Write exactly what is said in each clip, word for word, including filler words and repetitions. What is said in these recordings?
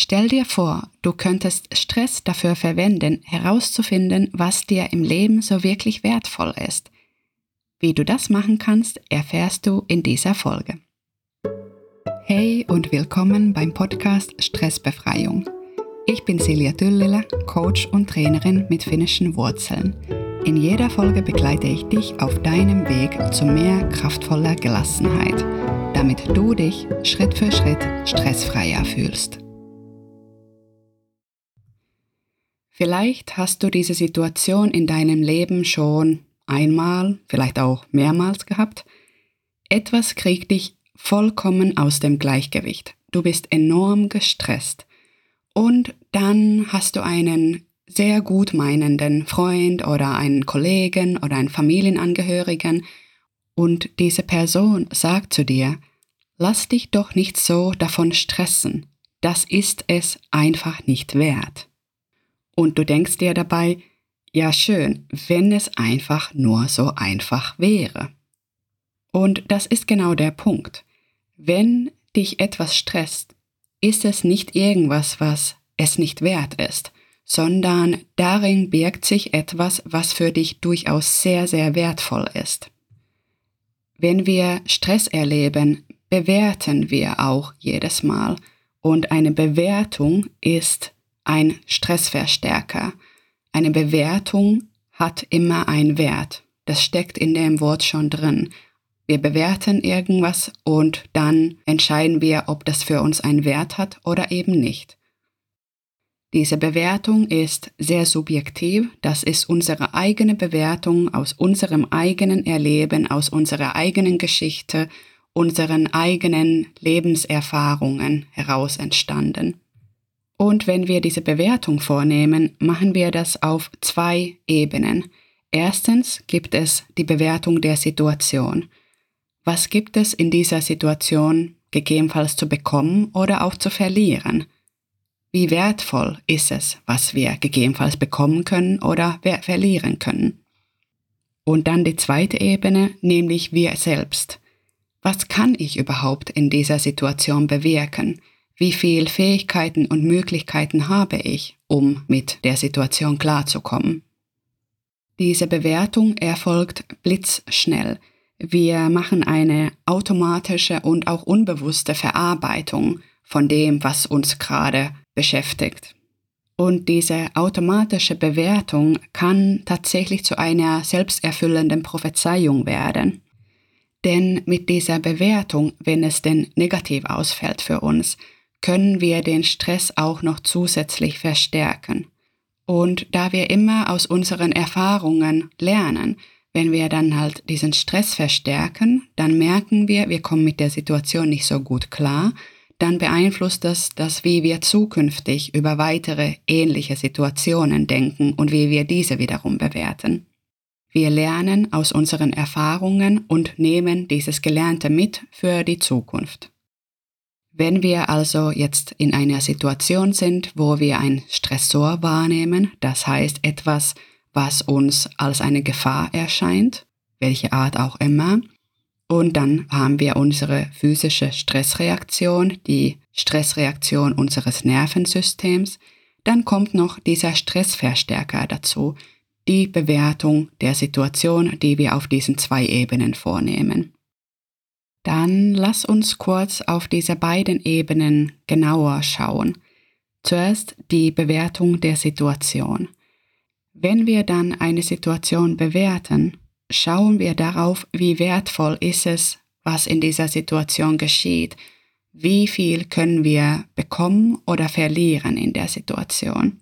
Stell dir vor, du könntest Stress dafür verwenden, herauszufinden, was dir im Leben so wirklich wertvoll ist. Wie du das machen kannst, erfährst du in dieser Folge. Hey und willkommen beim Podcast Stressbefreiung. Ich bin Silja Tyllilä, Coach und Trainerin mit finnischen Wurzeln. In jeder Folge begleite ich dich auf deinem Weg zu mehr kraftvoller Gelassenheit, damit du dich Schritt für Schritt stressfreier fühlst. Vielleicht hast du diese Situation in deinem Leben schon einmal, vielleicht auch mehrmals gehabt. Etwas kriegt dich vollkommen aus dem Gleichgewicht. Du bist enorm gestresst. Und dann hast du einen sehr gut meinenden Freund oder einen Kollegen oder einen Familienangehörigen und diese Person sagt zu dir, lass dich doch nicht so davon stressen. Das ist es einfach nicht wert. Und du denkst dir dabei, ja schön, wenn es einfach nur so einfach wäre. Und das ist genau der Punkt. Wenn dich etwas stresst, ist es nicht irgendwas, was es nicht wert ist, sondern darin birgt sich etwas, was für dich durchaus sehr, sehr wertvoll ist. Wenn wir Stress erleben, bewerten wir auch jedes Mal. Und eine Bewertung ist ein Stressverstärker. Eine Bewertung hat immer einen Wert. Das steckt in dem Wort schon drin. Wir bewerten irgendwas und dann entscheiden wir, ob das für uns einen Wert hat oder eben nicht. Diese Bewertung ist sehr subjektiv. Das ist unsere eigene Bewertung aus unserem eigenen Erleben, aus unserer eigenen Geschichte, unseren eigenen Lebenserfahrungen heraus entstanden. Und wenn wir diese Bewertung vornehmen, machen wir das auf zwei Ebenen. Erstens gibt es die Bewertung der Situation. Was gibt es in dieser Situation gegebenenfalls zu bekommen oder auch zu verlieren? Wie wertvoll ist es, was wir gegebenenfalls bekommen können oder verlieren können? Und dann die zweite Ebene, nämlich wir selbst. Was kann ich überhaupt in dieser Situation bewirken? Wie viele Fähigkeiten und Möglichkeiten habe ich, um mit der Situation klarzukommen? Diese Bewertung erfolgt blitzschnell. Wir machen eine automatische und auch unbewusste Verarbeitung von dem, was uns gerade beschäftigt. Und diese automatische Bewertung kann tatsächlich zu einer selbsterfüllenden Prophezeiung werden. Denn mit dieser Bewertung, wenn es denn negativ ausfällt für uns, können wir den Stress auch noch zusätzlich verstärken. Und da wir immer aus unseren Erfahrungen lernen, wenn wir dann halt diesen Stress verstärken, dann merken wir, wir kommen mit der Situation nicht so gut klar, dann beeinflusst das, das, wie wir zukünftig über weitere ähnliche Situationen denken und wie wir diese wiederum bewerten. Wir lernen aus unseren Erfahrungen und nehmen dieses Gelernte mit für die Zukunft. Wenn wir also jetzt in einer Situation sind, wo wir einen Stressor wahrnehmen, das heißt etwas, was uns als eine Gefahr erscheint, welche Art auch immer, und dann haben wir unsere physische Stressreaktion, die Stressreaktion unseres Nervensystems, dann kommt noch dieser Stressverstärker dazu, die Bewertung der Situation, die wir auf diesen zwei Ebenen vornehmen. Dann lass uns kurz auf diese beiden Ebenen genauer schauen. Zuerst die Bewertung der Situation. Wenn wir dann eine Situation bewerten, schauen wir darauf, wie wertvoll ist es, was in dieser Situation geschieht. Wie viel können wir bekommen oder verlieren in der Situation?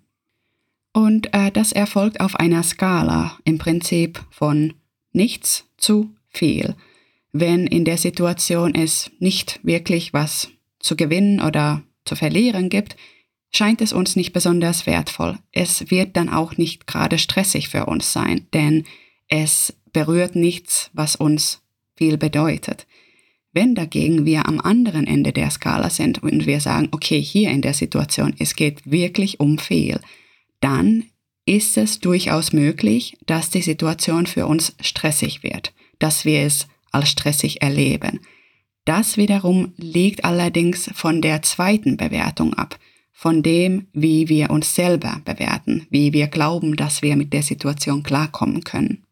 Und äh, das erfolgt auf einer Skala, im Prinzip von nichts zu viel. Wenn in der Situation es nicht wirklich was zu gewinnen oder zu verlieren gibt, scheint es uns nicht besonders wertvoll. Es wird dann auch nicht gerade stressig für uns sein, denn es berührt nichts, was uns viel bedeutet. Wenn dagegen wir am anderen Ende der Skala sind und wir sagen, okay, hier in der Situation, es geht wirklich um viel, dann ist es durchaus möglich, dass die Situation für uns stressig wird, dass wir es als stressig erleben. Das wiederum liegt allerdings von der zweiten Bewertung ab, von dem, wie wir uns selber bewerten, wie wir glauben, dass wir mit der Situation klarkommen können.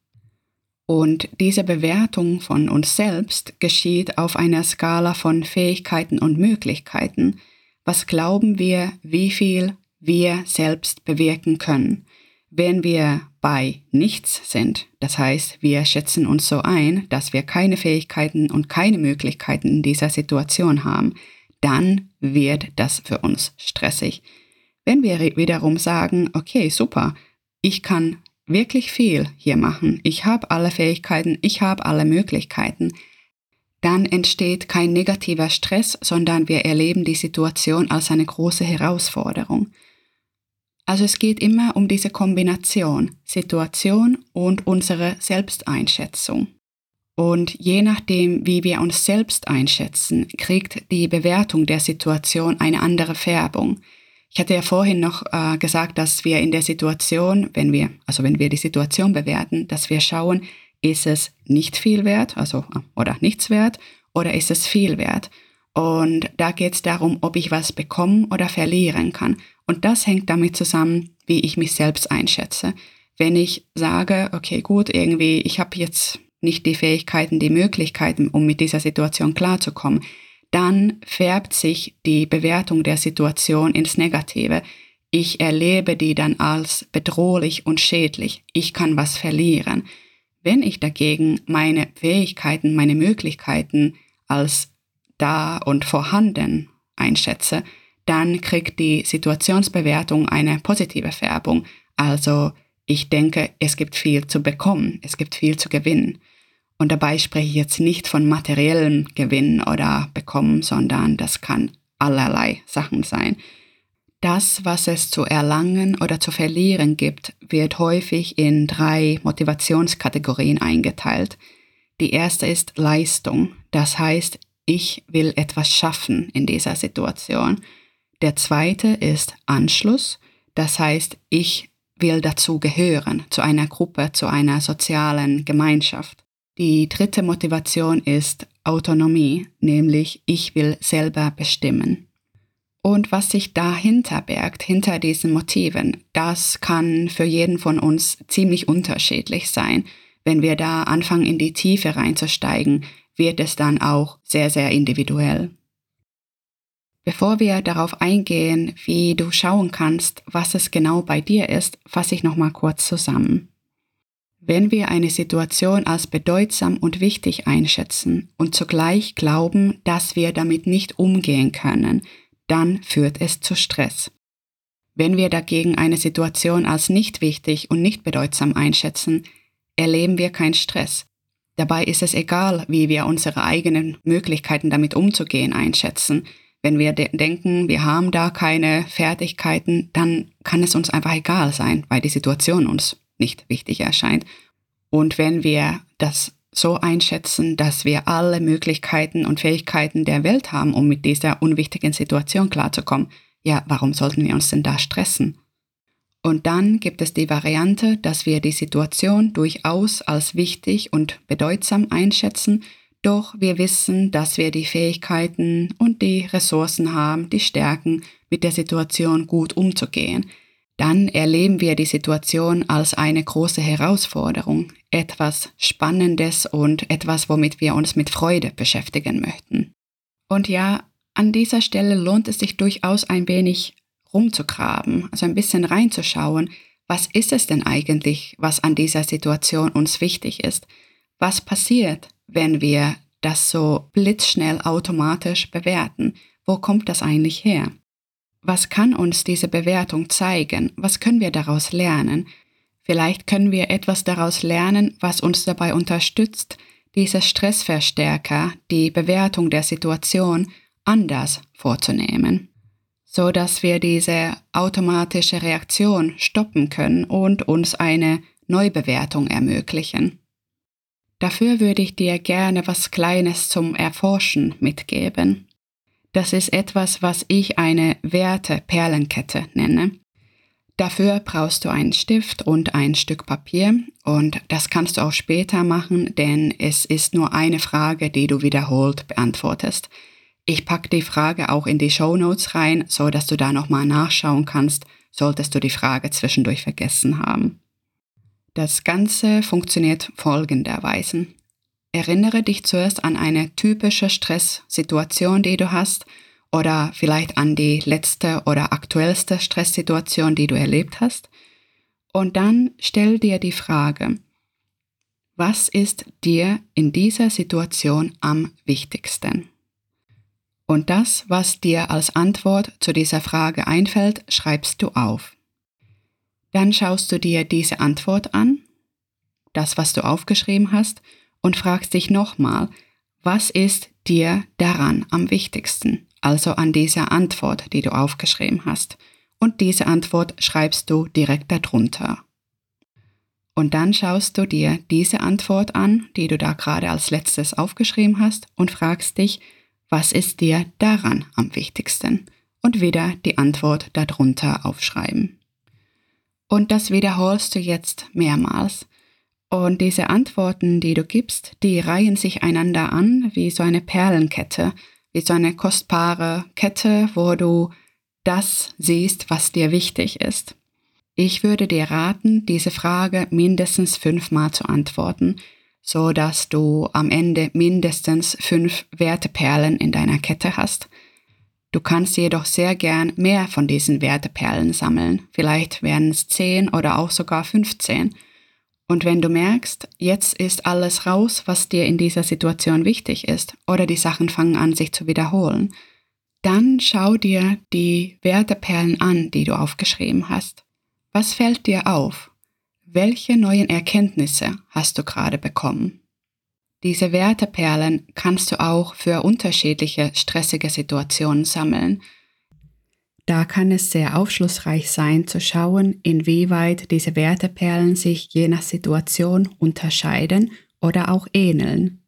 Und diese Bewertung von uns selbst geschieht auf einer Skala von Fähigkeiten und Möglichkeiten. Was glauben wir, wie viel wir selbst bewirken können? Wenn wir bei nichts sind, das heißt, wir schätzen uns so ein, dass wir keine Fähigkeiten und keine Möglichkeiten in dieser Situation haben, dann wird das für uns stressig. Wenn wir wiederum sagen, okay, super, ich kann wirklich viel hier machen, ich habe alle Fähigkeiten, ich habe alle Möglichkeiten, dann entsteht kein negativer Stress, sondern wir erleben die Situation als eine große Herausforderung. Also es geht immer um diese Kombination, Situation und unsere Selbsteinschätzung. Und je nachdem, wie wir uns selbst einschätzen, kriegt die Bewertung der Situation eine andere Färbung. Ich hatte ja vorhin noch äh, gesagt, dass wir in der Situation, wenn wir, also wenn wir die Situation bewerten, dass wir schauen, ist es nicht viel wert, also oder nichts wert, oder ist es viel wert? Und da geht es darum, ob ich was bekommen oder verlieren kann. Und das hängt damit zusammen, wie ich mich selbst einschätze. Wenn ich sage, okay, gut, irgendwie, ich habe jetzt nicht die Fähigkeiten, die Möglichkeiten, um mit dieser Situation klarzukommen, dann färbt sich die Bewertung der Situation ins Negative. Ich erlebe die dann als bedrohlich und schädlich. Ich kann was verlieren. Wenn ich dagegen meine Fähigkeiten, meine Möglichkeiten als da und vorhanden einschätze, dann kriegt die Situationsbewertung eine positive Färbung. Also ich denke, es gibt viel zu bekommen, es gibt viel zu gewinnen. Und dabei spreche ich jetzt nicht von materiellem Gewinn oder Bekommen, sondern das kann allerlei Sachen sein. Das, was es zu erlangen oder zu verlieren gibt, wird häufig in drei Motivationskategorien eingeteilt. Die erste ist Leistung, das heißt, ich will etwas schaffen in dieser Situation. Der zweite ist Anschluss, das heißt, ich will dazu gehören, zu einer Gruppe, zu einer sozialen Gemeinschaft. Die dritte Motivation ist Autonomie, nämlich ich will selber bestimmen. Und was sich dahinter bergt, hinter diesen Motiven, das kann für jeden von uns ziemlich unterschiedlich sein. Wenn wir da anfangen, in die Tiefe reinzusteigen, wird es dann auch sehr, sehr individuell. Bevor wir darauf eingehen, wie du schauen kannst, was es genau bei dir ist, fasse ich nochmal kurz zusammen. Wenn wir eine Situation als bedeutsam und wichtig einschätzen und zugleich glauben, dass wir damit nicht umgehen können, dann führt es zu Stress. Wenn wir dagegen eine Situation als nicht wichtig und nicht bedeutsam einschätzen, erleben wir keinen Stress. Dabei ist es egal, wie wir unsere eigenen Möglichkeiten damit umzugehen einschätzen. Wenn wir de- denken, wir haben da keine Fertigkeiten, dann kann es uns einfach egal sein, weil die Situation uns nicht wichtig erscheint. Und wenn wir das so einschätzen, dass wir alle Möglichkeiten und Fähigkeiten der Welt haben, um mit dieser unwichtigen Situation klarzukommen, ja, warum sollten wir uns denn da stressen? Und dann gibt es die Variante, dass wir die Situation durchaus als wichtig und bedeutsam einschätzen, doch wir wissen, dass wir die Fähigkeiten und die Ressourcen haben, die Stärken, mit der Situation gut umzugehen. Dann erleben wir die Situation als eine große Herausforderung, etwas Spannendes und etwas, womit wir uns mit Freude beschäftigen möchten. Und ja, an dieser Stelle lohnt es sich durchaus ein wenig rumzugraben, also ein bisschen reinzuschauen, was ist es denn eigentlich, was an dieser Situation uns wichtig ist? Was passiert, wenn wir das so blitzschnell automatisch bewerten? Wo kommt das eigentlich her? Was kann uns diese Bewertung zeigen? Was können wir daraus lernen? Vielleicht können wir etwas daraus lernen, was uns dabei unterstützt, diese Stressverstärker, die Bewertung der Situation, anders vorzunehmen, so dass wir diese automatische Reaktion stoppen können und uns eine Neubewertung ermöglichen. Dafür würde ich dir gerne was Kleines zum Erforschen mitgeben. Das ist etwas, was ich eine Werte-Perlenkette nenne. Dafür brauchst du einen Stift und ein Stück Papier und das kannst du auch später machen, denn es ist nur eine Frage, die du wiederholt beantwortest. Ich packe die Frage auch in die Shownotes rein, so dass du da nochmal nachschauen kannst, solltest du die Frage zwischendurch vergessen haben. Das Ganze funktioniert folgenderweise. Erinnere dich zuerst an eine typische Stresssituation, die du hast, oder vielleicht an die letzte oder aktuellste Stresssituation, die du erlebt hast. Und dann stell dir die Frage, was ist dir in dieser Situation am wichtigsten? Und das, was dir als Antwort zu dieser Frage einfällt, schreibst du auf. Dann schaust du dir diese Antwort an, das, was du aufgeschrieben hast, und fragst dich nochmal, was ist dir daran am wichtigsten? Also an dieser Antwort, die du aufgeschrieben hast. Und diese Antwort schreibst du direkt darunter. Und dann schaust du dir diese Antwort an, die du da gerade als letztes aufgeschrieben hast, und fragst dich, was ist dir daran am wichtigsten? Und wieder die Antwort darunter aufschreiben. Und das wiederholst du jetzt mehrmals. Und diese Antworten, die du gibst, die reihen sich einander an wie so eine Perlenkette, wie so eine kostbare Kette, wo du das siehst, was dir wichtig ist. Ich würde dir raten, diese Frage mindestens fünfmal zu antworten, so dass du am Ende mindestens fünf Werteperlen in deiner Kette hast. Du kannst jedoch sehr gern mehr von diesen Werteperlen sammeln. Vielleicht werden es zehn oder auch sogar fünfzehn. Und wenn du merkst, jetzt ist alles raus, was dir in dieser Situation wichtig ist, oder die Sachen fangen an, sich zu wiederholen, dann schau dir die Werteperlen an, die du aufgeschrieben hast. Was fällt dir auf? Welche neuen Erkenntnisse hast du gerade bekommen? Diese Werteperlen kannst du auch für unterschiedliche stressige Situationen sammeln. Da kann es sehr aufschlussreich sein, zu schauen, inwieweit diese Werteperlen sich je nach Situation unterscheiden oder auch ähneln.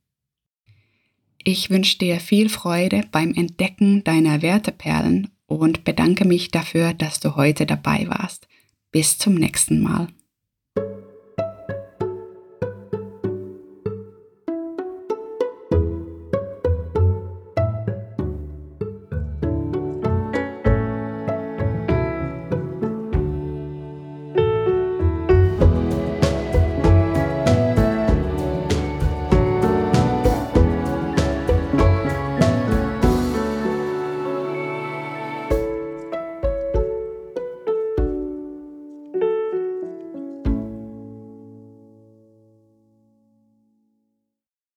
Ich wünsche dir viel Freude beim Entdecken deiner Werteperlen und bedanke mich dafür, dass du heute dabei warst. Bis zum nächsten Mal.